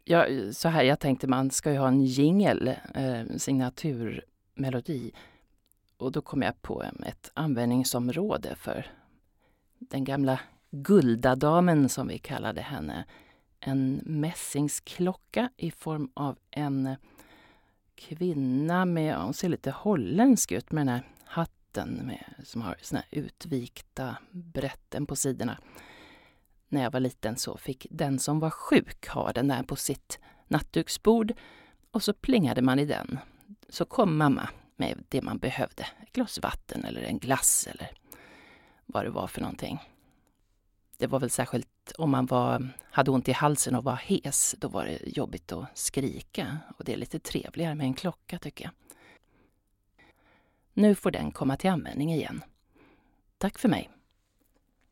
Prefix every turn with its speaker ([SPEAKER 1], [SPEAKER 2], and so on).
[SPEAKER 1] Ja, så här, jag tänkte man ska ju ha en jingle, signaturmelodi. Och då kom jag på ett användningsområde för den gamla guldadamen som vi kallade henne. En mässingsklocka i form av en kvinna med, hon ser lite holländsk ut med den här hatten som har såna här utvikta brätten på sidorna. När jag var liten så fick den som var sjuk ha den där på sitt nattduksbord och så plingade man i den. Så kom mamma med det man behövde. Ett glas vatten eller en glass eller vad det var för någonting. Det var väl särskilt om man hade ont i halsen och var hes. Då var det jobbigt att skrika och det är lite trevligare med en klocka tycker jag. Nu får den komma till användning igen. Tack för mig.